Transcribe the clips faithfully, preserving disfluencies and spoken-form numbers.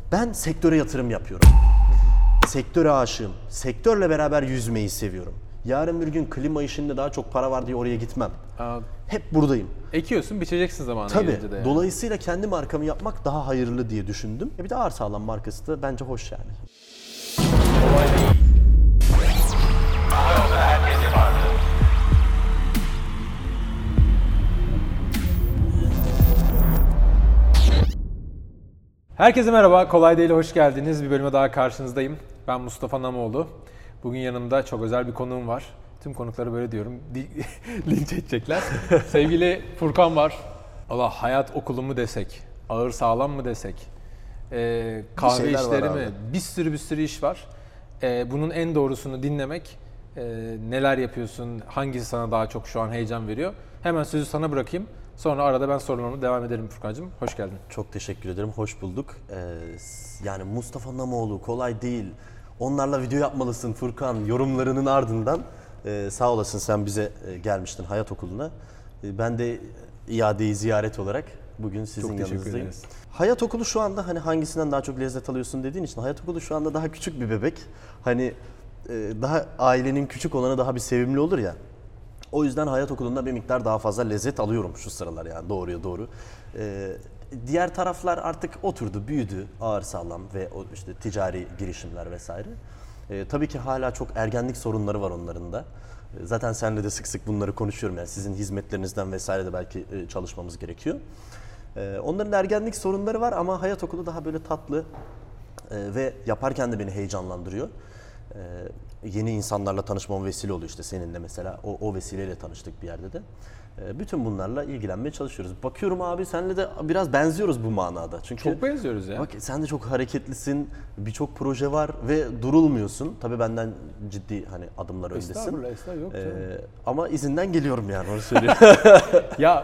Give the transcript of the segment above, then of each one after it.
Ben sektöre yatırım yapıyorum. Sektöre aşığım. Sektörle beraber yüzmeyi seviyorum. Yarın bir gün klima işinde daha çok para var diye oraya gitmem. Aa, Hep buradayım. ekiyorsun, biçeceksin zamanı Tabii. gelince de yani. Dolayısıyla kendi markamı yapmak daha hayırlı diye düşündüm. E bir de Ağır Sağlam markası da bence hoş yani. Herkese merhaba, Kolay Değil, hoş geldiniz. Bir bölüme daha karşınızdayım. Ben Mustafa Namoğlu. Bugün yanımda çok özel bir konuğum var. Tüm konukları böyle diyorum, linç edecekler. Sevgili Furkan var. Allah, hayat okulu mu desek, Ağır Sağlam mı desek, e, kahve işleri mi? Bir sürü bir sürü iş var. E, bunun en doğrusunu dinlemek, e, neler yapıyorsun, hangisi sana daha çok şu an heyecan veriyor? Hemen sözü sana bırakayım. Sonra arada ben sorularıma devam ederim Furkan'cığım. Hoş geldin. Çok teşekkür ederim, hoş bulduk. Ee, yani Mustafa Namoğlu, Kolay Değil, onlarla video yapmalısın Furkan yorumlarının ardından e, sağ olasın sen bize e, gelmiştin Hayat Okulu'na. E, ben de iadeyi ziyaret olarak bugün sizin Çok yanınızdayım. Hayat Okulu şu anda hani hangisinden daha çok lezzet alıyorsun dediğin için Hayat Okulu şu anda daha küçük bir bebek. Hani e, daha ailenin küçük olanı daha bir sevimli olur ya. O yüzden Hayat Okulu'nda bir miktar daha fazla lezzet alıyorum şu sıralar yani doğruya doğru. Ee, diğer taraflar artık oturdu, büyüdü, Ağır Sağlam ve o işte ticari girişimler vesaire. Ee, tabii ki hala çok ergenlik sorunları var onların da. Ee, zaten seninle de sık sık bunları konuşuyorum yani sizin hizmetlerinizden vesaire de belki e, çalışmamız gerekiyor. Ee, onların ergenlik sorunları var ama Hayat Okulu daha böyle tatlı e, ve yaparken de beni heyecanlandırıyor. Ee, yeni insanlarla tanışmama vesile oluyor işte seninle mesela o, o vesileyle tanıştık bir yerde de. Ee, bütün bunlarla ilgilenmeye çalışıyoruz. Bakıyorum abi senle de biraz benziyoruz bu manada. Çünkü Çok benziyoruz ya. bak sen de çok hareketlisin, birçok proje var ve durulmuyorsun. Tabii benden ciddi hani adımlar öndesin. Estağfurullah, estağfurullah, yok canım. Ee, ama izinden geliyorum yani onu söyleyeyim. Ya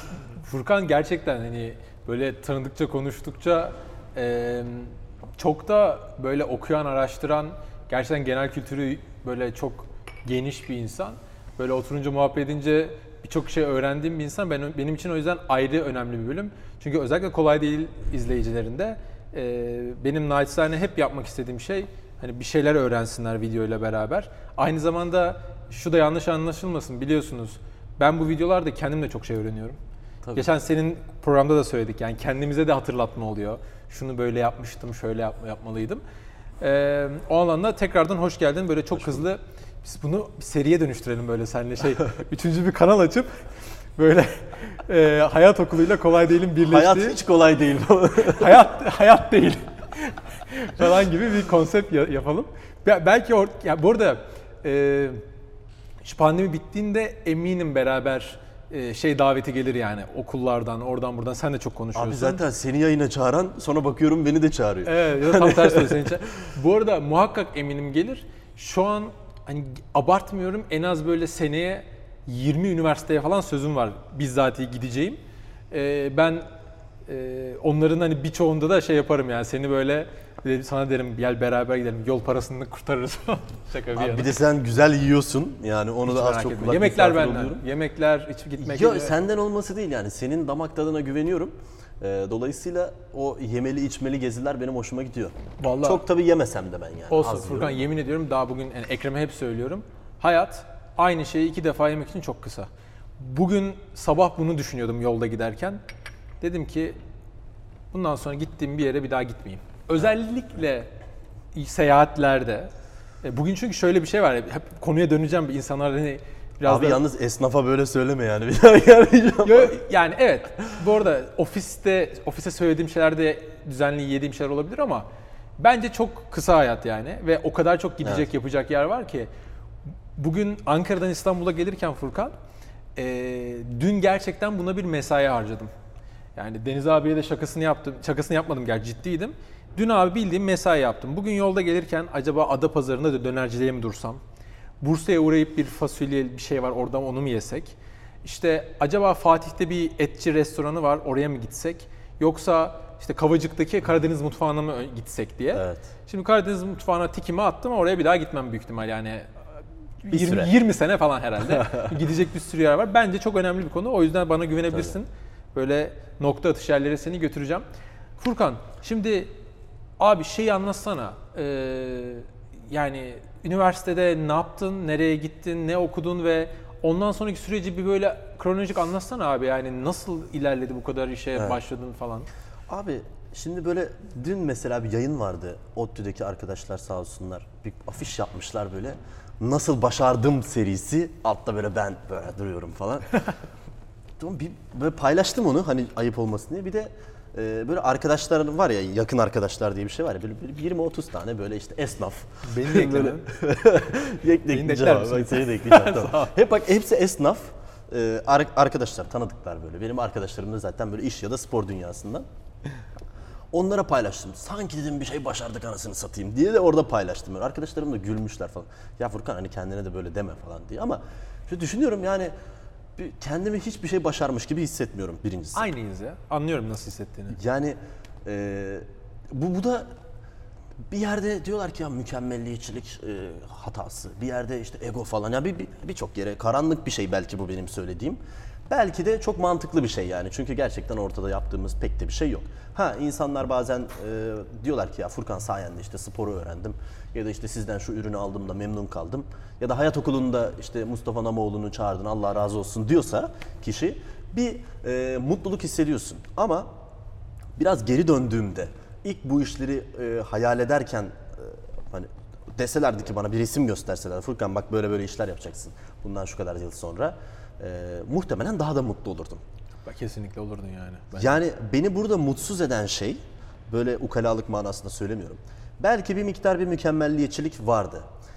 Furkan gerçekten hani böyle tanıdıkça konuştukça e, çok da böyle okuyan, araştıran, gerçekten genel kültürü böyle çok geniş bir insan. Böyle oturunca muhabbet edince birçok şey öğrendiğim bir insan. Ben, benim için o yüzden ayrı önemli bir bölüm. Çünkü özellikle Kolay Değil izleyicilerinde e, benim naçizane hep yapmak istediğim şey hani bir şeyler öğrensinler videoyla beraber. Aynı zamanda şu da yanlış anlaşılmasın, biliyorsunuz ben bu videolarda kendim de çok şey öğreniyorum. Tabii. Geçen senin programda da söyledik yani kendimize de hatırlatma oluyor. Şunu böyle yapmıştım, şöyle yapma, yapmalıydım. Ee, o alanda tekrardan hoş geldin. Böyle çok hoş hızlı bulduk. Biz bunu bir seriye dönüştürelim böyle seninle şey. Üçüncü bir kanal açıp böyle e, Hayat Okulu'yla Kolay Değil'in birleştiği. Hayat hiç kolay değil. hayat hayat değil falan gibi bir konsept yapalım. Belki or, ya bu arada e, şu pandemi bittiğinde eminim beraber şey daveti gelir yani okullardan, oradan buradan. Sen de çok konuşuyorsun. Abi zaten seni yayına çağıran sonra bakıyorum beni de çağırıyor. Evet, ya da tam tersi oluyor seni çağır. Bu arada muhakkak eminim gelir. Şu an hani abartmıyorum, en az böyle seneye yirmi üniversiteye falan sözüm var bizzatihi gideceğim. Ee, ben e, onların hani birçoğunda da şey yaparım yani seni böyle sana derim gel beraber gidelim, yol parasını kurtarırız. Şaka bir Abi yana. bir de sen güzel yiyorsun yani onu Hiç da az çok etme. kulak Yemekler benden. oluyorum. Yemekler içip gitmek. Yok senden olması değil yani senin damak tadına güveniyorum. Ee, dolayısıyla o yemeli içmeli geziler benim hoşuma gidiyor. Vallahi çok tabii yemesem de ben yani. Olsun az Furkan, yiyorum. yemin ediyorum daha bugün yani Ekrem'e hep söylüyorum. Hayat aynı şeyi iki defa yemek için çok kısa. Bugün sabah bunu düşünüyordum yolda giderken. Dedim ki bundan sonra gittiğim bir yere bir daha gitmeyeyim. Özellikle seyahatlerde. Bugün çünkü şöyle bir şey var. Hep konuya döneceğim, bir insanlar hani biraz Abi da... yalnız esnafa böyle söyleme yani bir daha gelmeyeceğim. Yo, yani evet. Bu arada ofiste ofise söylediğim şeylerde düzenli yediğim şeyler olabilir ama bence çok kısa hayat yani ve o kadar çok gidecek evet. yapacak yer var ki. Bugün Ankara'dan İstanbul'a gelirken Furkan, e, dün gerçekten buna bir mesai harcadım. Yani Deniz abiye de şakasını yaptım. Şakasını yapmadım, gerçi ciddiydim. Dün abi bildiğim mesai yaptım. Bugün yolda gelirken acaba Adapazarı'nda da dönerciliğe mi dursam? Bursa'ya uğrayıp bir fasulye bir şey var oradan onu mu yesek? İşte acaba Fatih'te bir etçi restoranı var oraya mı gitsek? Yoksa işte Kavacık'taki Karadeniz mutfağına mı gitsek diye. Evet. Şimdi Karadeniz mutfağına tikimi attım, oraya bir daha gitmem büyük ihtimal yani. yirmi, yirmi sene falan herhalde. Gidecek bir sürü yer var. Bence çok önemli bir konu. O yüzden bana güvenebilirsin. Tabii. Böyle nokta atış yerlere seni götüreceğim. Furkan, şimdi Abi şeyi anlatsana. Ee, yani üniversitede ne yaptın, nereye gittin, ne okudun ve ondan sonraki süreci bir böyle kronolojik anlatsana abi. Yani nasıl ilerledi bu kadar işe Evet. başladın falan. Abi şimdi böyle dün mesela bir yayın vardı. ODTÜ'deki arkadaşlar sağ olsunlar. Bir afiş yapmışlar böyle. Nasıl başardım serisi. Altta böyle ben böyle duruyorum falan. Tamam, bir böyle paylaştım onu hani ayıp olmasın diye. Bir de e, böyle arkadaşlar var ya, yakın arkadaşlar diye bir şey var ya. Böyle yirmi otuz tane böyle işte esnaf. Beni de ekledin. Yek- Beni de ekleyeceğim ekler abi, misin? bak seni de ekleyeceğim. Tamam. Hep bak hepsi esnaf. Ee, ar- arkadaşlar, tanıdıklar böyle. Benim arkadaşlarım da zaten böyle iş ya da spor dünyasından. Onlara paylaştım. Sanki dedim bir şey başardık anasını satayım diye de orada paylaştım. Böyle. Arkadaşlarım da gülmüşler falan. Ya Furkan hani kendine de böyle deme falan diye. Ama şu düşünüyorum yani bir- kendimi hiçbir şey başarmış gibi hissetmiyorum birincisi. Aynıyız ya. Anlıyorum nasıl hissettiğini. Yani e, bu, bu da bir yerde diyorlar ki ya mükemmelliyetçilik e, hatası. Bir yerde işte ego falan. Ya bir bir- birçok yere karanlık bir şey belki bu benim söylediğim. Belki de çok mantıklı bir şey yani. Çünkü gerçekten ortada yaptığımız pek de bir şey yok. Ha insanlar bazen e, diyorlar ki ya Furkan sayende işte sporu öğrendim. Ya da işte sizden şu ürünü aldım da memnun kaldım. Ya da hayat okulunda işte Mustafa Namoğlu'nu çağırdın Allah razı olsun diyorsa kişi bir e, mutluluk hissediyorsun. Ama biraz geri döndüğümde ilk bu işleri e, hayal ederken e, hani deselerdi ki bana bir resim gösterseler Furkan bak böyle böyle işler yapacaksın bundan şu kadar yıl sonra e, muhtemelen daha da mutlu olurdum. Bak, kesinlikle olurdun yani. Ben... Yani beni burada mutsuz eden şey böyle ukalalık manasında söylemiyorum. Belki bir miktar bir mükemmelliyetçilik vardı.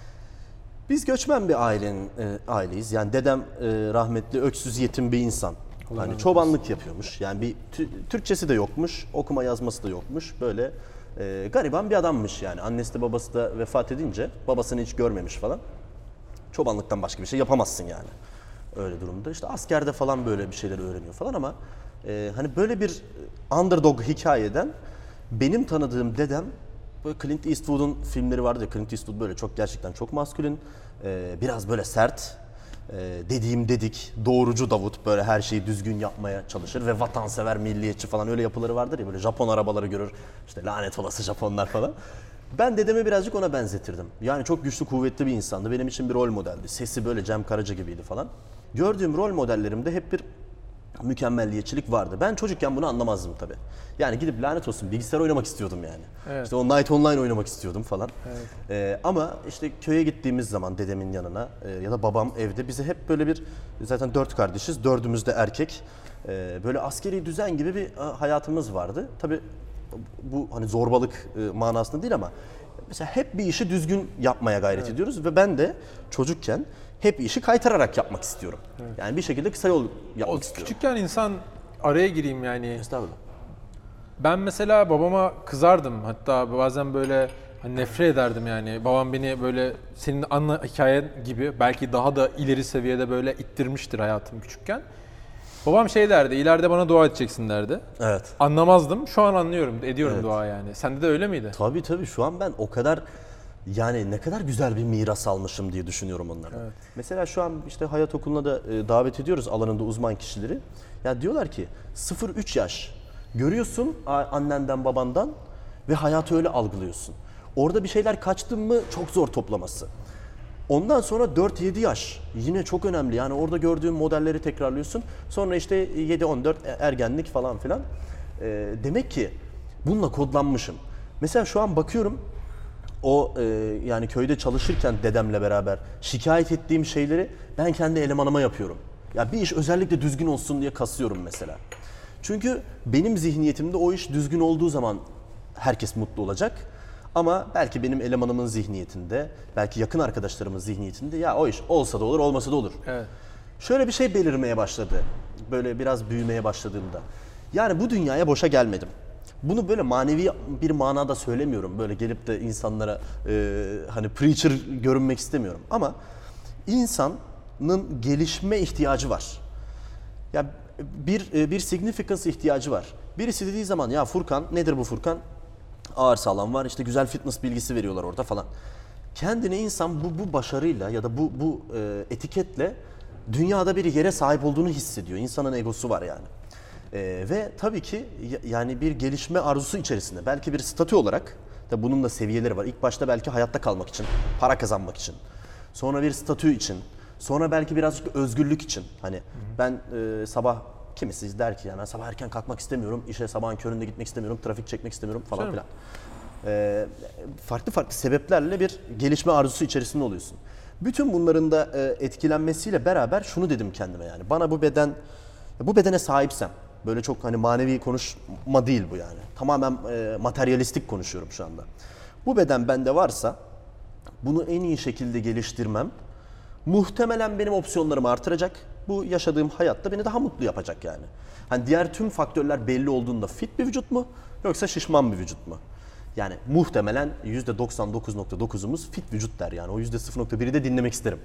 Biz göçmen bir ailenin e, aileyiz. Yani dedem e, rahmetli öksüz yetim bir insan. Hani çobanlık yapıyormuş. Yani bir tü- Türkçesi de yokmuş, okuma yazması da yokmuş. Böyle e, gariban bir adammış yani. Annesi de babası da vefat edince babasını hiç görmemiş falan. Çobanlıktan başka bir şey yapamazsın yani. Öyle durumda. İşte askerde falan böyle bir şeyler öğreniyor falan ama e, hani böyle bir underdog hikayeden benim tanıdığım dedem böyle Clint Eastwood'un filmleri vardı ya. Clint Eastwood böyle çok gerçekten çok maskülin. e, biraz böyle sert. e, dediğim dedik, doğrucu Davut böyle her şeyi düzgün yapmaya çalışır ve vatansever, milliyetçi falan öyle yapıları vardır ya böyle Japon arabaları görür. İşte lanet olası Japonlar falan. Ben dedemi birazcık ona benzetirdim. Yani çok güçlü, kuvvetli bir insandı. Benim için bir rol modeldi. Sesi böyle Cem Karaca gibiydi falan. Gördüğüm rol modellerimde hep bir mükemmelliyetçilik vardı. Ben çocukken bunu anlamazdım tabii. Yani gidip lanet olsun bilgisayar oynamak istiyordum yani. Evet. İşte o Night Online oynamak istiyordum falan. Evet. Ee, ama işte köye gittiğimiz zaman dedemin yanına e, ya da babam evde bize hep böyle bir zaten dört kardeşiz, dördümüz de erkek. E, böyle askeri düzen gibi bir e, hayatımız vardı. Tabii bu hani zorbalık e, manasında değil ama mesela hep bir işi düzgün yapmaya gayret evet. ediyoruz ve ben de çocukken hep işi kaytararak yapmak istiyorum. Evet. Yani bir şekilde kısa yol yapmak O istiyorum. küçükken insan araya gireyim yani. Estağfurullah. Ben mesela babama kızardım. Hatta bazen böyle hani nefret ederdim yani. Babam beni böyle senin anla hikayen gibi belki daha da ileri seviyede böyle ittirmiştir hayatım küçükken. Babam şey derdi, ileride bana dua edeceksin derdi. Evet. Anlamazdım. Şu an anlıyorum, ediyorum Evet. dua yani. Sende de öyle miydi? Tabii tabii şu an ben o kadar yani ne kadar güzel bir miras almışım diye düşünüyorum onlardan. Evet. Mesela şu an işte hayat okuluna da e, davet ediyoruz alanında uzman kişileri. Ya diyorlar ki sıfır üç yaş görüyorsun a- annenden babandan ve hayatı öyle algılıyorsun. Orada bir şeyler kaçtın mı çok zor toplaması. Ondan sonra dört yedi yaş yine çok önemli. Yani orada gördüğün modelleri tekrarlıyorsun. Sonra işte yedi on dört ergenlik falan filan. E, demek ki bununla kodlanmışım. Mesela şu an bakıyorum o e, yani köyde çalışırken dedemle beraber şikayet ettiğim şeyleri ben kendi elemanıma yapıyorum. Ya bir iş özellikle düzgün olsun diye kasıyorum mesela. Çünkü benim zihniyetimde o iş düzgün olduğu zaman herkes mutlu olacak. Ama belki benim elemanımın zihniyetinde, belki yakın arkadaşlarımın zihniyetinde ya o iş olsa da olur, olmasa da olur. Evet. Şöyle bir şey belirmeye başladı. Böyle biraz büyümeye başladığımda. Yani bu dünyaya boşa gelmedim. Bunu böyle manevi bir manada söylemiyorum. Böyle gelip de insanlara e, hani preacher görünmek istemiyorum. Ama insanın gelişme ihtiyacı var. Ya bir bir significance ihtiyacı var. Birisi dediği zaman ya Furkan nedir bu Furkan? Ağır sağlam var işte güzel fitness bilgisi veriyorlar orada falan. Kendine insan bu bu başarıyla ya da bu bu e, etiketle dünyada bir yere sahip olduğunu hissediyor. İnsanın egosu var yani. E, ve tabii ki yani bir gelişme arzusu içerisinde belki bir statü olarak Tabii bunun da seviyeleri var. İlk başta belki hayatta kalmak için, para kazanmak için. Sonra bir statü için. Sonra belki birazcık özgürlük için. Hani ben e, sabah kimisi der ki yani sabah erken kalkmak istemiyorum, işe sabahın köründe gitmek istemiyorum, trafik çekmek istemiyorum falan Canım. filan. E, farklı farklı sebeplerle bir gelişme arzusu içerisinde oluyorsun. Bütün bunların da e, etkilenmesiyle beraber şunu dedim kendime yani. Bana bu beden, bu bedene sahipsem, böyle çok hani manevi konuşma değil bu yani. Tamamen e, materyalistik konuşuyorum şu anda. Bu beden bende varsa bunu en iyi şekilde geliştirmem muhtemelen benim opsiyonlarımı artıracak. Bu yaşadığım hayatta beni daha mutlu yapacak yani. Hani diğer tüm faktörler belli olduğunda fit bir vücut mu yoksa şişman bir vücut mu? Yani muhtemelen yüzde doksan dokuz nokta dokuzumuz fit vücut der yani. O yüzde sıfır nokta biri de dinlemek isterim.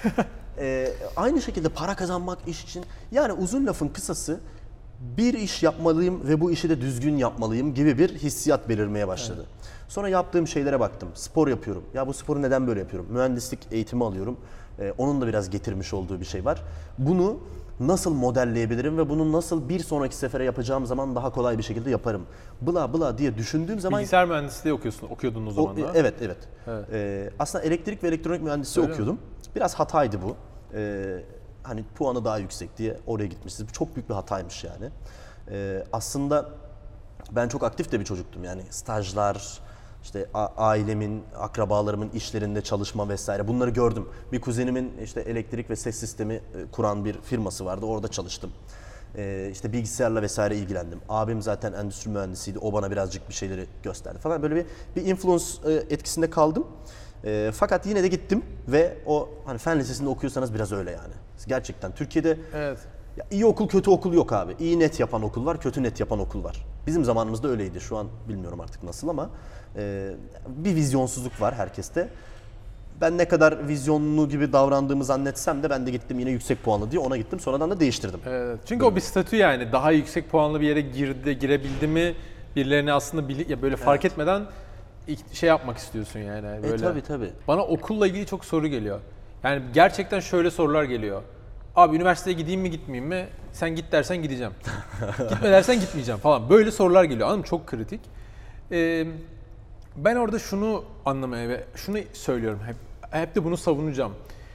ee, aynı şekilde para kazanmak iş için. Yani uzun lafın kısası bir iş yapmalıyım ve bu işi de düzgün yapmalıyım gibi bir hissiyat belirmeye başladı. Evet. Sonra yaptığım şeylere baktım. Spor yapıyorum. Ya bu sporu neden böyle yapıyorum? Mühendislik eğitimi alıyorum. Ee, onun da biraz getirmiş olduğu bir şey var. Bunu nasıl modelleyebilirim ve bunu nasıl bir sonraki sefere yapacağım zaman daha kolay bir şekilde yaparım. Bla bla diye düşündüğüm zaman... Bilgisayar mühendisliği okuyorsun, okuyordun o zaman da. Evet, evet. evet. Ee, aslında elektrik ve elektronik mühendisliği Öyle okuyordum. Mi? Biraz hataydı bu. Ee, hani puanı daha yüksek diye oraya gitmişiz. Bu çok büyük bir hataymış yani. Ee, aslında ben çok aktif de bir çocuktum yani. Stajlar, işte ailemin, akrabalarımın işlerinde çalışma vesaire bunları gördüm. Bir kuzenimin işte elektrik ve ses sistemi kuran bir firması vardı. Orada çalıştım. Ee, işte bilgisayarla vesaire ilgilendim. Abim zaten endüstri mühendisiydi. O bana birazcık bir şeyleri gösterdi falan. Böyle bir bir influence etkisinde kaldım. E, fakat yine de gittim ve o hani fen lisesinde okuyorsanız biraz öyle yani. Gerçekten Türkiye'de evet. ya iyi okul kötü okul yok abi. İyi net yapan okul var, kötü net yapan okul var. Bizim zamanımızda öyleydi. Şu an bilmiyorum artık nasıl ama e, bir vizyonsuzluk var herkeste. Ben ne kadar vizyonlu gibi davrandığımı zannetsem de ben de gittim yine yüksek puanlı diye ona gittim. Sonradan da değiştirdim. Evet. Çünkü Böyle. o bir statü yani. Daha yüksek puanlı bir yere girdi, girebildi mi birilerine aslında bili- ya böyle fark evet. etmeden şey yapmak istiyorsun yani. Böyle. E tabii tabii. Bana okulla ilgili çok soru geliyor. Yani gerçekten şöyle sorular geliyor. Abi üniversiteye gideyim mi gitmeyeyim mi? Sen git dersen gideceğim. Gitme dersen gitmeyeceğim falan. Böyle sorular geliyor. Anladın mı? Çok kritik. Ee, ben orada şunu anlamaya ve şunu söylüyorum. Hep, hep de bunu savunacağım.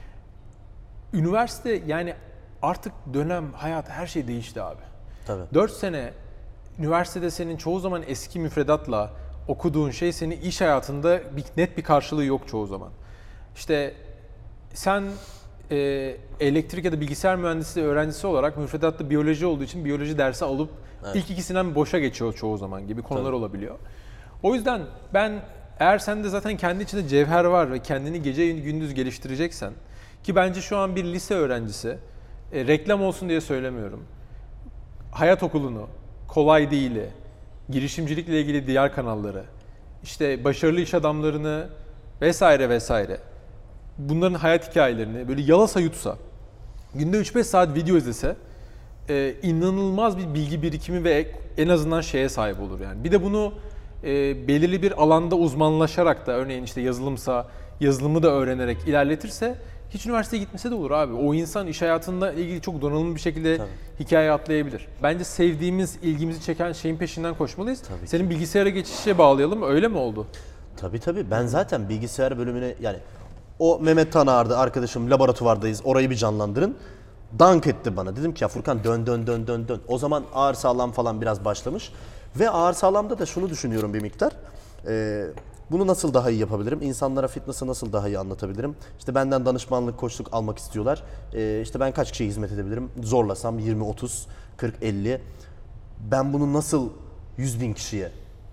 Üniversite yani artık dönem, hayat her şey değişti abi. Tabii. dört sene üniversitede senin çoğu zaman eski müfredatla okuduğun şey senin iş hayatında bir, net bir karşılığı yok çoğu zaman. İşte sen e, elektrik ya da bilgisayar mühendisliği öğrencisi olarak müfredatta biyoloji olduğu için biyoloji dersi alıp evet. ilk ikisinden boşa geçiyor çoğu zaman gibi konular Tabii. olabiliyor. O yüzden ben eğer sende zaten kendi içinde cevher var ve kendini gece gündüz geliştireceksen ki bence şu an bir lise öğrencisi e, reklam olsun diye söylemiyorum. Hayat okulunu, kolay değili, girişimcilikle ilgili diğer kanalları, işte başarılı iş adamlarını vesaire vesaire bunların hayat hikayelerini böyle yalasa yutsa, günde üç beş saat video izlese e, inanılmaz bir bilgi birikimi ve en azından şeye sahip olur yani. Bir de bunu e, belirli bir alanda uzmanlaşarak da örneğin işte yazılımsa yazılımı da öğrenerek ilerletirse hiç üniversiteye gitmese de olur abi. O insan iş hayatında ilgili çok donanımlı bir şekilde Tabii. hikaye atlayabilir. Bence sevdiğimiz, ilgimizi çeken şeyin peşinden koşmalıyız. Tabii Senin ki. bilgisayara geçişe bağlayalım. Öyle mi oldu? Tabii tabii. Ben zaten bilgisayar bölümüne yani o Mehmet Tanar'dı arkadaşım laboratuvardayız. Orayı bir canlandırın. Dank etti bana. Dedim ki ya Furkan dön dön dön dön dön. O zaman ağır sağlam falan biraz başlamış. Ve ağır sağlamda da şunu düşünüyorum bir miktar. Ee, Bunu nasıl daha iyi yapabilirim? İnsanlara fitness'ı nasıl daha iyi anlatabilirim? İşte benden danışmanlık, koçluk almak istiyorlar. Ee, işte ben kaç kişiye hizmet edebilirim? Zorlasam yirmi, otuz, kırk, elli. Ben bunu nasıl yüz bin kişiye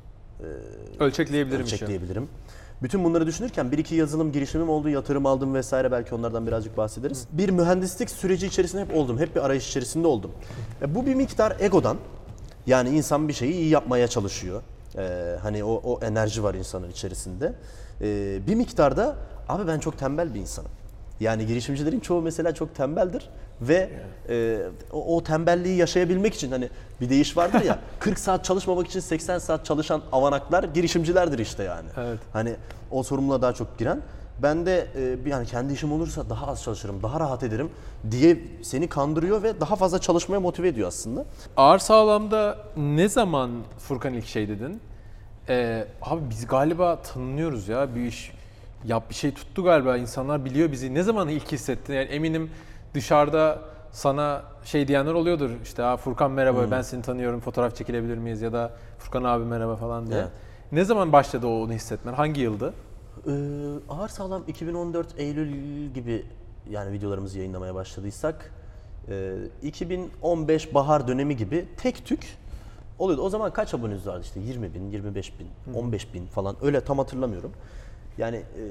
e, ölçekleyebilirim? ölçekleyebilirim? Bütün bunları düşünürken bir iki yazılım girişimim oldu, yatırım aldım vesaire. Belki onlardan birazcık bahsederiz. Hı. Bir mühendislik süreci içerisinde hep oldum. Hep bir arayış içerisinde oldum. E, bu bir miktar egodan. Yani insan bir şeyi iyi yapmaya çalışıyor. Ee, hani o, o enerji var insanın içerisinde. Ee, bir miktarda abi ben çok tembel bir insanım. Yani girişimcilerin çoğu mesela çok tembeldir ve e, o, o tembelliği yaşayabilmek için hani bir deyiş vardır ya kırk saat çalışmamak için seksen saat çalışan avanaklar girişimcilerdir işte yani. Evet. Hani o sorumluluğa daha çok giren. Ben de e, yani kendi işim olursa daha az çalışırım, daha rahat ederim diye seni kandırıyor ve daha fazla çalışmaya motive ediyor aslında. Ağır sağlamda ne zaman Furkan ilk şey dedin? Ee, abi biz galiba tanınıyoruz ya, bir iş yap, bir şey tuttu galiba, insanlar biliyor bizi. Ne zaman ilk hissettin? Yani eminim dışarıda sana şey diyenler oluyordur, işte ha Furkan merhaba, hmm. ben seni tanıyorum, fotoğraf çekilebilir miyiz, ya da Furkan abi merhaba falan diye. Evet. Ne zaman başladı o onu hissetmen? Hangi yıldı? Ee, ağır sağlam iki bin on dört Eylül gibi yani videolarımızı yayınlamaya başladıysak e, iki bin on beş bahar dönemi gibi tek tük oluyordu. O zaman kaç aboneniz vardı, işte yirmi bin, yirmi beş bin, hmm. on beş bin falan, öyle tam hatırlamıyorum. Yani e,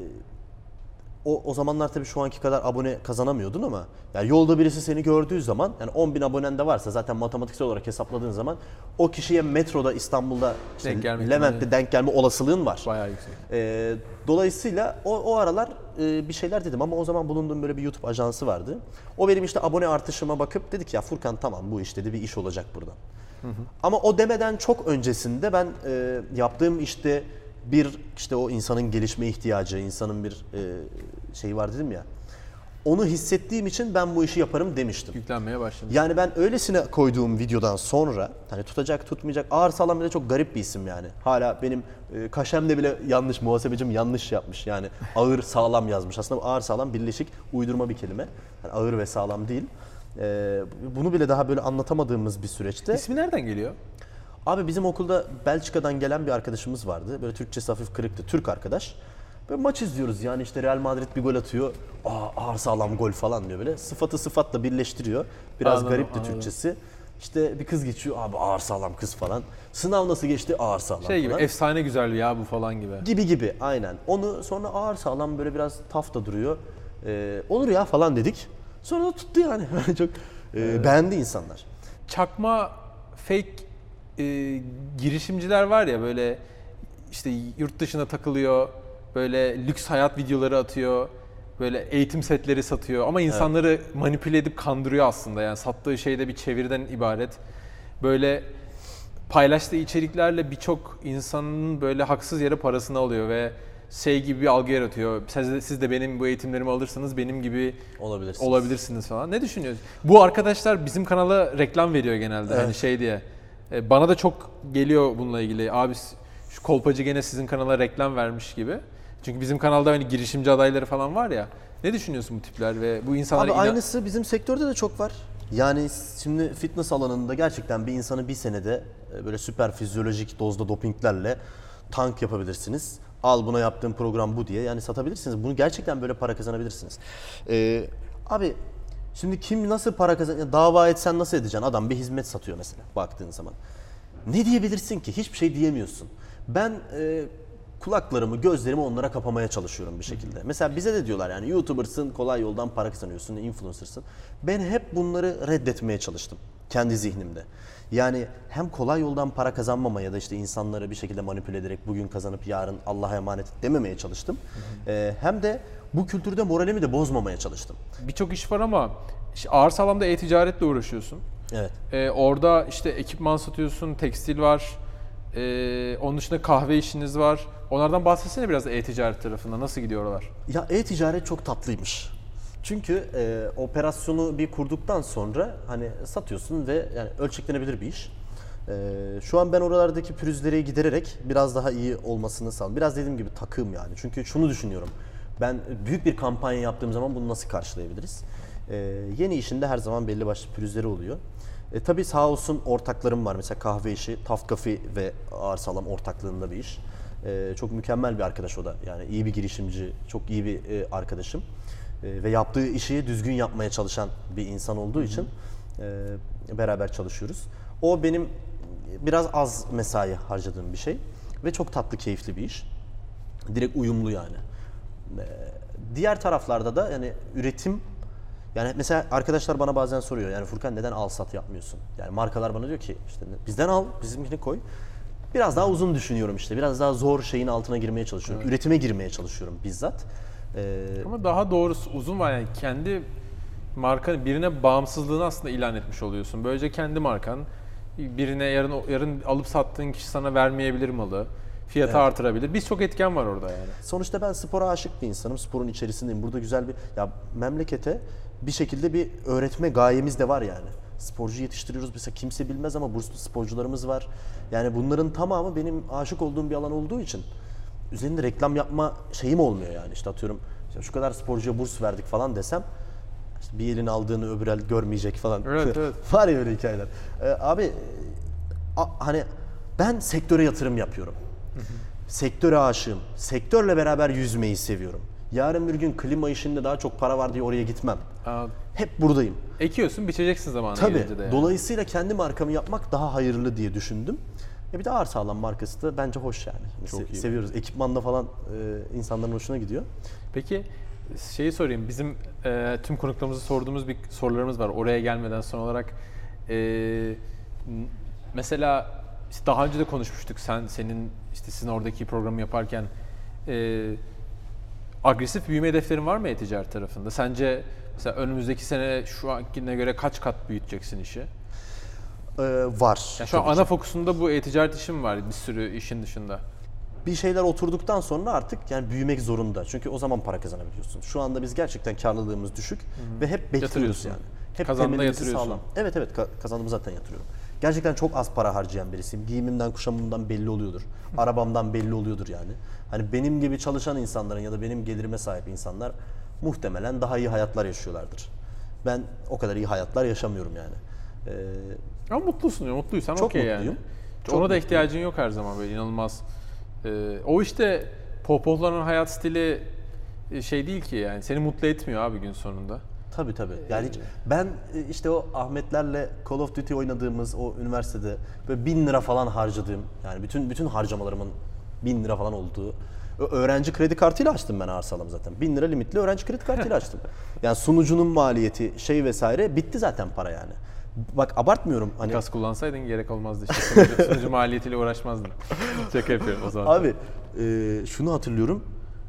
o o zamanlar tabii şu anki kadar abone kazanamıyordun ama yani yolda birisi seni gördüğü zaman, yani on bin abonen de varsa zaten matematiksel olarak hesapladığın zaman o kişiye metroda İstanbul'da işte denk Levent'te denk gelme olasılığın var. Bayağı yüksek. E, dolayısıyla o, o aralar e, bir şeyler dedim ama o zaman bulunduğum böyle bir YouTube ajansı vardı. O benim işte abone artışıma bakıp dedik ya Furkan tamam bu iş dedi, bir iş olacak buradan. Hı hı. Ama o demeden çok öncesinde ben e, yaptığım işte bir işte o insanın gelişme ihtiyacı, insanın bir e, şeyi var dedim ya. Onu hissettiğim için ben bu işi yaparım demiştim. Yüklenmeye başladım. Yani ben öylesine koyduğum videodan sonra hani tutacak tutmayacak, ağır sağlam bile çok garip bir isim yani. Hala benim e, kaşemde bile yanlış, muhasebecim yanlış yapmış yani. Ağır sağlam yazmış. Aslında ağır sağlam birleşik uydurma bir kelime. Yani ağır ve sağlam değil. E, bunu bile daha böyle anlatamadığımız bir süreçte. İsmi nereden geliyor? Abi bizim okulda Belçika'dan gelen bir arkadaşımız vardı. Böyle Türkçesi hafif kırıktı. Türk arkadaş. Böyle maç izliyoruz yani, işte Real Madrid bir gol atıyor. Aa ağır sağlam gol falan diyor böyle. Sıfatı sıfatla birleştiriyor. Biraz anladım, garipti anladım. Türkçesi. İşte bir kız geçiyor, abi ağır sağlam kız falan. Sınav nasıl geçti? Ağır sağlam şey gibi, falan. efsane güzelliği ya bu falan gibi. Gibi gibi aynen. Onu sonra ağır sağlam böyle biraz taf da duruyor. Ee, olur ya falan dedik. Sonra da tuttu yani. Çok e, evet. Beğendi insanlar. Çakma fake e, girişimciler var ya, böyle işte yurt dışına takılıyor, böyle lüks hayat videoları atıyor, böyle eğitim setleri satıyor ama insanları evet. manipüle edip kandırıyor aslında. Yani sattığı şey de bir çeviriden ibaret. Böyle paylaştığı içeriklerle birçok insanın böyle haksız yere parasını alıyor ve şey gibi bir algı yaratıyor. Siz de, siz de benim bu eğitimlerimi alırsanız benim gibi olabilirsiniz, olabilirsiniz falan. Ne düşünüyorsun? Bu arkadaşlar bizim kanala reklam veriyor genelde, evet. hani şey diye. Bana da çok geliyor bununla ilgili. Abi şu kolpacı gene sizin kanala reklam vermiş gibi. Çünkü bizim kanalda hani girişimci adayları falan var ya. Ne düşünüyorsun bu tipler ve bu insanlara? Abi inan- aynısı bizim sektörde de çok var. Yani şimdi fitness alanında gerçekten bir insanı bir senede böyle süper fizyolojik dozda dopinglerle tank yapabilirsiniz. Al buna yaptığım program bu diye yani satabilirsiniz. Bunu gerçekten böyle para kazanabilirsiniz. Ee, abi şimdi kim nasıl para kazanıyor? Dava etsen nasıl edeceksin? Adam bir hizmet satıyor mesela baktığın zaman. Ne diyebilirsin ki? Hiçbir şey diyemiyorsun. Ben e, kulaklarımı, gözlerimi onlara kapamaya çalışıyorum bir şekilde. Mesela bize de diyorlar yani YouTuber'sın, kolay yoldan para kazanıyorsun, influencer'sın. Ben hep bunları reddetmeye çalıştım kendi zihnimde. Yani hem kolay yoldan para kazanmama ya da işte insanları bir şekilde manipüle ederek bugün kazanıp yarın Allah'a emanet dememeye çalıştım. Hı hı. E, hem de bu kültürde moralimi de bozmamaya çalıştım. Birçok iş var ama ağır sağlamda e-ticaretle uğraşıyorsun. Evet. Ee, orada işte ekipman satıyorsun, tekstil var, ee, onun dışında kahve işiniz var. Onlardan bahsetsene biraz e-ticaret tarafında. Nasıl gidiyor oralar? Ya e-ticaret çok tatlıymış. Çünkü e, operasyonu bir kurduktan sonra hani satıyorsun ve yani ölçeklenebilir bir iş. E, şu an ben oralardaki pürüzleri gidererek biraz daha iyi olmasını sağlıyorum. Biraz dediğim gibi takığım yani. Çünkü şunu düşünüyorum. Ben büyük bir kampanya yaptığım zaman bunu nasıl karşılayabiliriz? E, yeni işinde her zaman belli başlı pürüzleri oluyor. E, tabii sağ olsun ortaklarım var. Mesela kahve işi, Taft Cafe ve Ağır Sağlam ortaklığında bir iş. E, çok mükemmel bir arkadaş o da. Yani iyi bir girişimci, çok iyi bir e, arkadaşım. E, ve yaptığı işi düzgün yapmaya çalışan bir insan olduğu için e, beraber çalışıyoruz. O benim biraz az mesai harcadığım bir şey. Ve çok tatlı, keyifli bir iş. Direkt uyumlu yani. E, diğer taraflarda da yani üretim. Yani mesela arkadaşlar bana bazen soruyor yani Furkan neden al sat yapmıyorsun? Yani markalar bana diyor ki işte bizden al, bizimkini koy. Biraz daha uzun düşünüyorum işte. Biraz daha zor şeyin altına girmeye çalışıyorum. Evet. Üretime girmeye çalışıyorum bizzat. Ee, Ama daha doğrusu uzun var yani kendi markanın birine bağımsızlığını aslında ilan etmiş oluyorsun. Böylece kendi markan birine yarın yarın alıp sattığın kişi sana vermeyebilir malı. Fiyatı evet. artırabilir. Birçok etken var orada yani. Sonuçta ben spora aşık bir insanım. Sporun içerisindeyim. Burada güzel bir ya memlekete bir şekilde bir öğretme gayemiz de var yani. sporcu yetiştiriyoruz. Mesela kimse bilmez ama burslu sporcularımız var. Yani bunların tamamı benim aşık olduğum bir alan olduğu için üzerinde reklam yapma şeyim olmuyor yani. İşte atıyorum işte şu kadar sporcuya burs verdik falan desem işte bir elin aldığını öbür el görmeyecek falan. Evet, evet. Var ya öyle hikayeler. Ee, abi a, hani ben sektöre yatırım yapıyorum. Sektöre aşığım. Sektörle beraber yüzmeyi seviyorum. Yarın bir gün klima işinde daha çok para var diye oraya gitmem. Aa, Hep buradayım. ekiyorsun, biçeceksin zamanı Tabii. gelince de yani. Dolayısıyla kendi markamı yapmak daha hayırlı diye düşündüm. E bir de Ağır Sağlam markası da bence hoş yani. Çok Se- iyi. Seviyoruz. Ekipmanda falan e, insanların hoşuna gidiyor. Peki şeyi sorayım. Bizim e, tüm konuklarımıza sorduğumuz bir sorularımız var. Oraya gelmeden son olarak e, n- mesela işte daha önce de konuşmuştuk. Sen senin işte sizin oradaki programı yaparken e, agresif büyüme hedeflerin var mı e-ticaret tarafında? Sence mesela önümüzdeki sene şu ankine göre kaç kat büyüteceksin işi? E, var. Yani şu an tabii ana ki. fokusunda bu e-ticaret işin var bir sürü işin dışında. Bir şeyler oturduktan sonra artık yani büyümek zorunda. Çünkü o zaman para kazanabiliyorsun. Şu anda biz gerçekten karlılığımız düşük ve hep bekliyoruz Yatırıyorsun. yani. Hep Kazandığında temelimizi yatırıyorsun. sağlam. Evet evet ka- kazandığımı zaten yatırıyorum. Gerçekten çok az para harcayan birisiyim. Giyimimden, kuşamımdan belli oluyordur. Arabamdan belli oluyordur yani. Hani benim gibi çalışan insanların ya da benim gelirime sahip insanlar muhtemelen daha iyi hayatlar yaşıyorlardır. Ben o kadar iyi hayatlar yaşamıyorum yani. Ee, Ama mutlusun ya, mutluysan Çok okey yani. mutluyum. Ona Çok da mutluyum. ihtiyacın yok her zaman böyle inanılmaz. Ee, o işte pohpohlanan hayat stili e, şey değil ki yani seni mutlu etmiyor abi gün sonunda. Tabii tabii. Yani hiç, ben e, işte o Ahmetlerle Call of Duty oynadığımız o üniversitede böyle bin lira falan harcadığım yani bütün bütün harcamalarımın bin lira falan olduğu ö- öğrenci kredi kartıyla açtım ben Ağır Sağlam zaten. Bin lira limitli öğrenci kredi kartıyla açtım. Yani sunucunun maliyeti şey vesaire bitti zaten para yani. Bak abartmıyorum hani. Kas kullansaydın gerek olmazdı işte. Sunucu, sunucu maliyetiyle uğraşmazdın. Şaka yapıyorum o zaman. Abi e, şunu hatırlıyorum.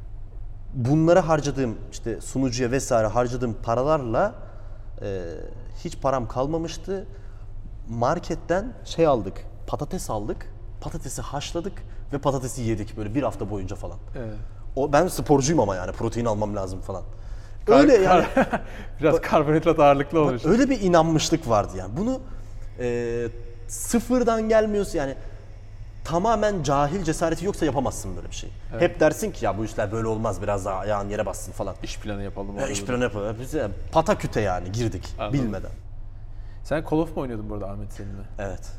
Bunlara harcadığım işte sunucuya vesaire harcadığım paralarla e, hiç param kalmamıştı. Marketten şey aldık, patates aldık. Patatesi haşladık ve patatesi yedik böyle bir hafta boyunca falan. Evet. O ben sporcuyum ama yani protein almam lazım falan. Kar- Öyle yani. kar- Biraz karbonhidrat ağırlıklı olmuş. Öyle bir inanmışlık vardı yani. Bunu e, sıfırdan gelmiyorsa yani tamamen cahil cesareti yoksa yapamazsın böyle bir şey. Hep dersin ki ya bu işler böyle olmaz biraz daha ayağın yere bassın falan. İş planı yapalım. Ya orada iş da. planı yapalım. Biz de pataküte yani girdik Anladım. bilmeden. Sen Call of mu oynuyordun burada Ahmet seninle? Evet.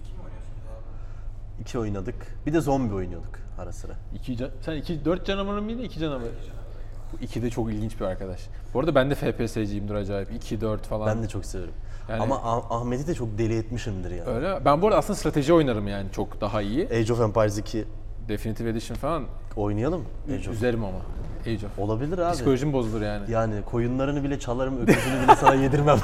İki oynadık. Bir de zombi oynuyorduk ara sıra. İki can, sen iki, dört canavarın mıydı, iki canavar? Bu iki de çok ilginç bir arkadaş. Bu arada ben de F P S'ciyimdir acayip. iki dört falan. Ben de çok severim. Yani- Ama Ah- Ahmet'i de çok deli etmişimdir yani. Öyle. Ben bu arada aslında strateji oynarım yani çok daha iyi. Age of Empires iki Definitive Edition falan oynayalım. Age of. üzerim ama. Age of. Olabilir abi. Psikolojim bozulur yani. Yani koyunlarını bile çalarım, öküzünü bile sana yedirmem.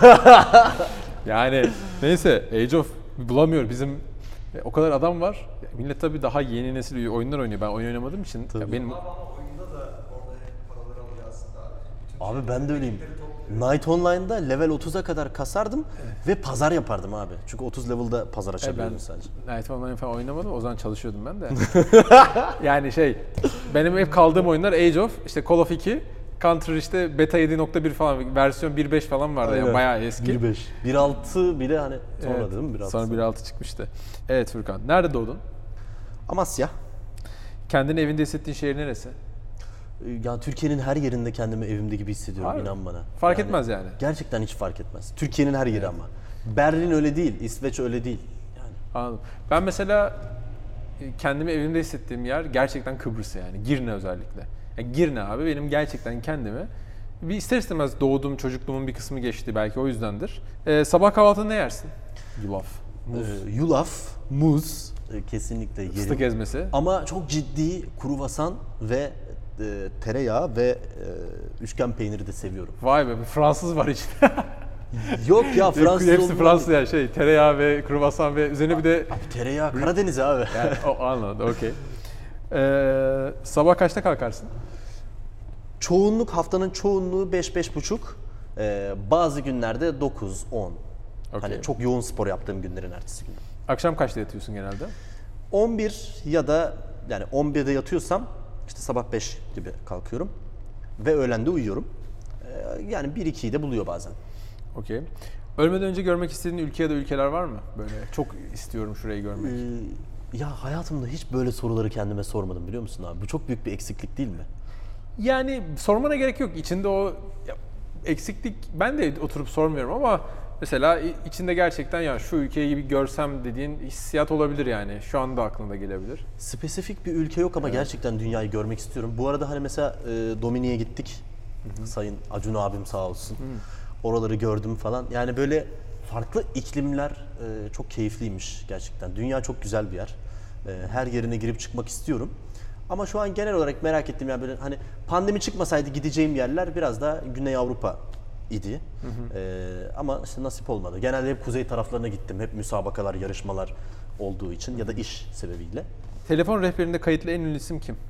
Yani neyse Age of bulamıyor. Bizim e, o kadar adam var. Millet tabii daha yeni nesil oyunlar oynuyor. Ben oyun oynamadığım için ya benim Ama oyunda da orada hep paraları alıyor aslında abi. Bütün Abi ben de öyleyim. şeyleri topluyor. Night Online'da level otuza kadar kasardım ve pazar yapardım abi. Çünkü otuz level'da pazar E, açabiliyordum ben sadece. Night Online falan oynamadım. O zaman çalışıyordum ben de. Yani şey, benim hep kaldığım oyunlar Age of, işte Call of iki, Counter işte beta yedi nokta bir falan, versiyon bir nokta beş falan vardı yani bayağı eski. bir nokta beş. bir nokta altı bile hani sonra Evet, değil mi? bir nokta altı. Sonra bir nokta altı çıkmıştı. Evet Furkan, nerede doğdun? Amasya. Kendini evinde hissettiğin şehir neresi? Ya Türkiye'nin her yerinde kendimi evimde gibi hissediyorum Harbi. inan bana. Fark etmez yani. Gerçekten hiç fark etmez. Türkiye'nin her yeri ama. Berlin öyle değil, İsveç öyle değil. Yani Anladım. Ben mesela e, kendimi evimde hissettiğim yer gerçekten Kıbrıs yani. Girne özellikle. Yani Girne abi benim gerçekten kendimi bir ister istemez doğduğum çocukluğumun bir kısmı geçti belki o yüzdendir. Ee, sabah kahvaltıda ne yersin? Yulaf, muz, e, yulaf, muz e, kesinlikle yerim. fıstık ezmesi. Ama çok ciddi kruvasan ve e, tereyağı ve e, üçgen peyniri de seviyorum. Vay be bir Fransız var içinde. Yok ya Fransız Hepsi olduğundan Fransız değil. yani şey tereyağı ve kruvasan ve üzerine bir de Tereyağı Karadeniz abi. yani o anladım okey. Ee, sabah kaçta kalkarsın? Çoğunluk haftanın çoğunluğu beş beş buçuk. Ee, bazı günlerde dokuz on. Okey. Hani çok yoğun spor yaptığım günlerin ertesi günü. Akşam kaçta yatıyorsun genelde? on bir ya da yani on birde yatıyorsam işte sabah beş gibi kalkıyorum ve öğlen de uyuyorum. Ee, yani bir ikiyi de buluyor bazen. Okey. Ölmeden önce görmek istediğin ülke ya da ülkeler var mı? Böyle çok istiyorum şurayı görmek. Ee, ya hayatımda hiç böyle soruları kendime sormadım biliyor musun abi? Bu çok büyük bir eksiklik değil mi? Yani sormana gerek yok. İçinde o ya, eksiklik ben de oturup sormuyorum ama mesela içinde gerçekten ya şu ülkeyi bir görsem dediğin hissiyat olabilir yani. Şu anda aklına gelebilir. Spesifik bir ülke yok ama evet. Gerçekten dünyayı görmek istiyorum. Bu arada hani mesela e, Dominik'e gittik. Hı-hı. Sayın Acun abim sağ olsun. Hı-hı. Oraları gördüm falan. Yani böyle farklı iklimler e, çok keyifliymiş gerçekten. Dünya çok güzel bir yer. E, her yerine girip çıkmak istiyorum. Ama şu an genel olarak merak ettiğim yani böyle hani pandemi çıkmasaydı gideceğim yerler biraz da Güney Avrupa idi. Hı hı. Ee, ama işte nasip olmadı. Genelde hep kuzey taraflarına gittim. Hep müsabakalar, yarışmalar olduğu için ya da iş sebebiyle. Telefon rehberinde kayıtlı en ünlü isim kim?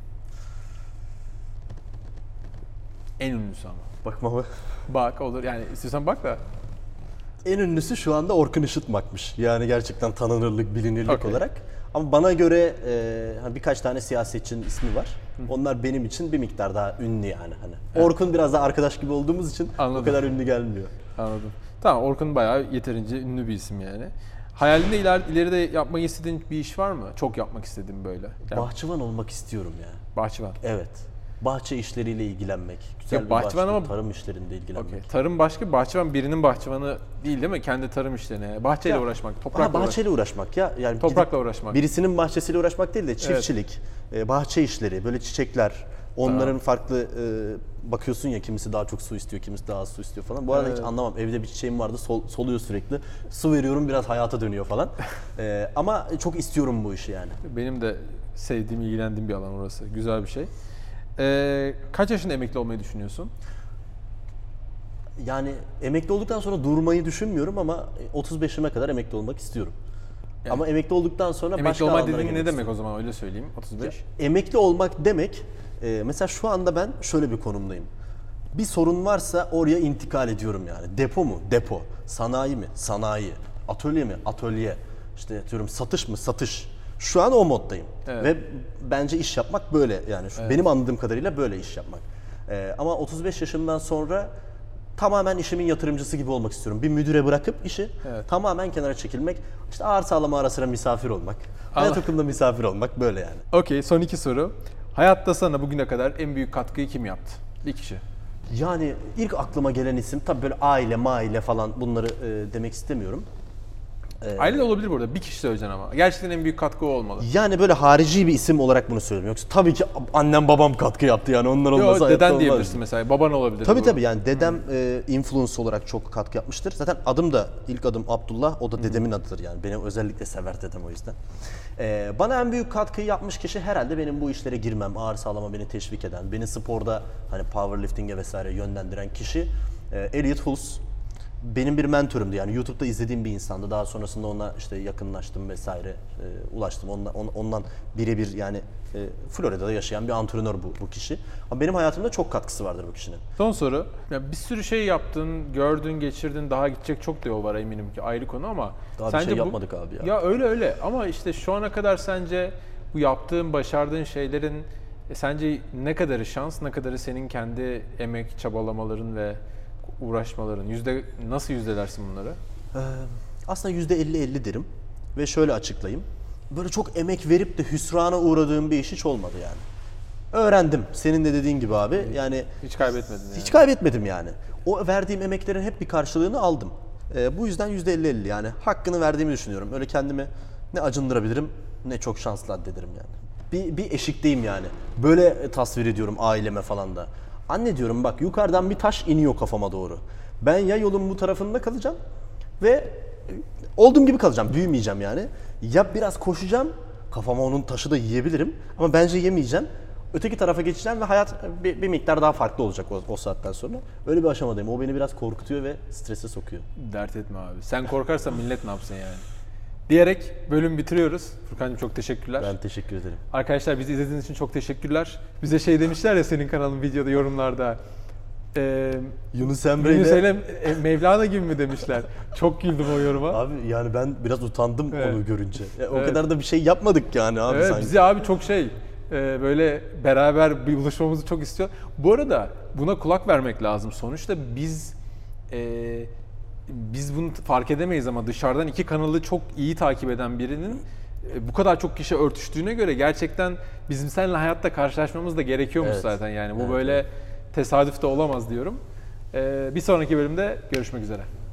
En ünlüsü ama. Bakma mı? Bak olur yani istiyorsan bak da. En ünlüsü şu anda Orkun Işıtmak'mış. Yani gerçekten tanınırlık, bilinirlik okay. olarak. Ama bana göre e, birkaç tane siyasetçinin ismi var. Hı. Onlar benim için bir miktar daha ünlü yani. Hani. Evet. Orkun biraz daha arkadaş gibi olduğumuz için Anladım. O kadar ünlü gelmiyor. Anladım. Tamam Orkun bayağı yeterince ünlü bir isim yani. Hayalinde iler, ileride yapmak istediğin bir iş var mı? Çok yapmak istediğin böyle. Yani... Bahçıvan olmak istiyorum ya. Bahçıvan. Evet. Bahçe işleriyle ilgilenmek. Güzel ya bir bahçıvan bahçe, ama tarım işlerinde ilgilenmek. Okay. Tarım başka, bahçıvan birinin bahçıvanı değil değil mi? Kendi tarım işlerine, bahçeyle ya, uğraşmak, toprakla ha, bahçeyle uğraşmak ya. Yani toprakla uğraşmak. Birisinin bahçesiyle uğraşmak değil de çiftçilik, evet. bahçe işleri, böyle çiçekler, onların tamam. farklı e, bakıyorsun ya kimisi daha çok su istiyor, kimisi daha az su istiyor falan. Bu arada evet. hiç anlamam. Evde bir çiçeğim vardı, sol, soluyor sürekli. Su veriyorum biraz hayata dönüyor falan. e, ama çok istiyorum bu işi yani. Benim de sevdiğim, ilgilendiğim bir alan orası. Güzel bir şey. Ee, kaç yaşında emekli olmayı düşünüyorsun? Yani emekli olduktan sonra durmayı düşünmüyorum ama otuz beşime kadar emekli olmak istiyorum. Yani, ama emekli olduktan sonra emekli başka alanlara alanlara gelmek Emekli olmak dediğin ne demek istiyorum. O zaman öyle söyleyeyim otuz beş. Ya, emekli olmak demek e, mesela şu anda ben şöyle bir konumdayım. Bir sorun varsa oraya intikal ediyorum yani. Depo mu? Depo. Sanayi mi? Sanayi. Atölye mi? Atölye. İşte diyorum satış mı? Satış. Şu an o moddayım. Evet. Ve bence iş yapmak böyle yani. Şu, evet. Benim anladığım kadarıyla böyle iş yapmak. Ee, ama otuz beş yaşımdan sonra tamamen işimin yatırımcısı gibi olmak istiyorum. Bir müdüre bırakıp işi evet. tamamen kenara çekilmek. İşte ağır sağlama ara sıra misafir olmak. Allah. Hayat okulunda misafir olmak böyle yani. Okey, son iki soru. Hayatta sana bugüne kadar en büyük katkıyı kim yaptı? Bir kişi. Yani ilk aklıma gelen isim tabii böyle aile, maile falan bunları e, demek istemiyorum. Aile de olabilir burada. Bir kişi söyleyeceksin ama. Gerçekten en büyük katkı o olmalı. Yani böyle harici bir isim olarak bunu söylüyorum. Yoksa tabii ki annem babam katkı yaptı yani onlar olmasa Yo, deden diyebilirsin mesela. Baban olabilir. Tabii bu. tabii yani dedem e, influence olarak çok katkı yapmıştır. Zaten adım da ilk adım Abdullah. O da dedemin Hı-hı. adıdır yani. Beni özellikle sever dedem o yüzden. E, bana en büyük katkıyı yapmış kişi herhalde benim bu işlere girmem, ağır sağlama beni teşvik eden, beni sporda hani powerlifting'e vesaire yönlendiren kişi e, Elliot Hulse. Benim bir mentörümdü yani YouTube'da izlediğim bir insandı. Daha sonrasında ona işte yakınlaştım vesaire, e, ulaştım. Ondan, on, ondan birebir yani e, Florida'da yaşayan bir antrenör bu, bu kişi. Ama benim hayatımda çok katkısı vardır bu kişinin. Son soru. Ya bir sürü şey yaptın, gördün, geçirdin. Daha gidecek çok da yol var eminim ki ayrı konu ama. Daha sence bir şey bu, yapmadık abi ya. Ya öyle öyle ama işte şu ana kadar sence bu yaptığın, başardığın şeylerin e, sence ne kadarı şans, ne kadarı senin kendi emek, çabalamaların ve uğraşmaların? Yüzde, nasıl yüzdelersin bunları? Ee, aslında yüzde elli elli derim. Ve şöyle açıklayayım. Böyle çok emek verip de hüsrana uğradığım bir iş hiç olmadı yani. Öğrendim. Senin de dediğin gibi abi. Yani hiç kaybetmedin yani. Hiç kaybetmedim yani. O verdiğim emeklerin hep bir karşılığını aldım. Ee, bu yüzden yüzde elli elli yani. Hakkını verdiğimi düşünüyorum. Öyle kendimi ne acındırabilirim ne çok şanslı addederim yani. Bir, bir eşikteyim yani. Böyle tasvir ediyorum aileme falan da. Anne diyorum bak yukarıdan bir taş iniyor kafama doğru. Ben ya yolun bu tarafında kalacağım ve olduğum gibi kalacağım. Büyümeyeceğim yani. Ya biraz koşacağım. Kafama onun taşı da yiyebilirim. Ama bence yemeyeceğim. Öteki tarafa geçeceğim ve hayat bir, bir miktar daha farklı olacak o, o saatten sonra. Öyle bir aşamadayım. O beni biraz korkutuyor ve strese sokuyor. Dert etme abi. Sen korkarsan millet ne yapsın yani? Diyerek bölüm bitiriyoruz. Furkan'cığım çok teşekkürler. Ben teşekkür ederim. Arkadaşlar bizi izlediğiniz için çok teşekkürler. Bize şey demişler ya senin kanalın videoda yorumlarda. E, Yunus Emre Yunus ile e, Mevlana gibi mi demişler? Çok güldüm o yoruma. Abi yani ben biraz utandım evet. onu görünce. Ya, o evet. kadar da bir şey yapmadık yani abi evet, sanki. Bizi abi çok şey e, böyle beraber bir buluşmamızı çok istiyor. Bu arada buna kulak vermek lazım. Sonuçta biz e, biz bunu fark edemeyiz ama dışarıdan iki kanalı çok iyi takip eden birinin e, bu kadar çok kişi örtüştüğüne göre gerçekten bizim seninle hayatta karşılaşmamız da gerekiyormuş Evet. zaten yani. Bu Evet, böyle evet. tesadüf de olamaz diyorum. E, bir sonraki bölümde görüşmek üzere.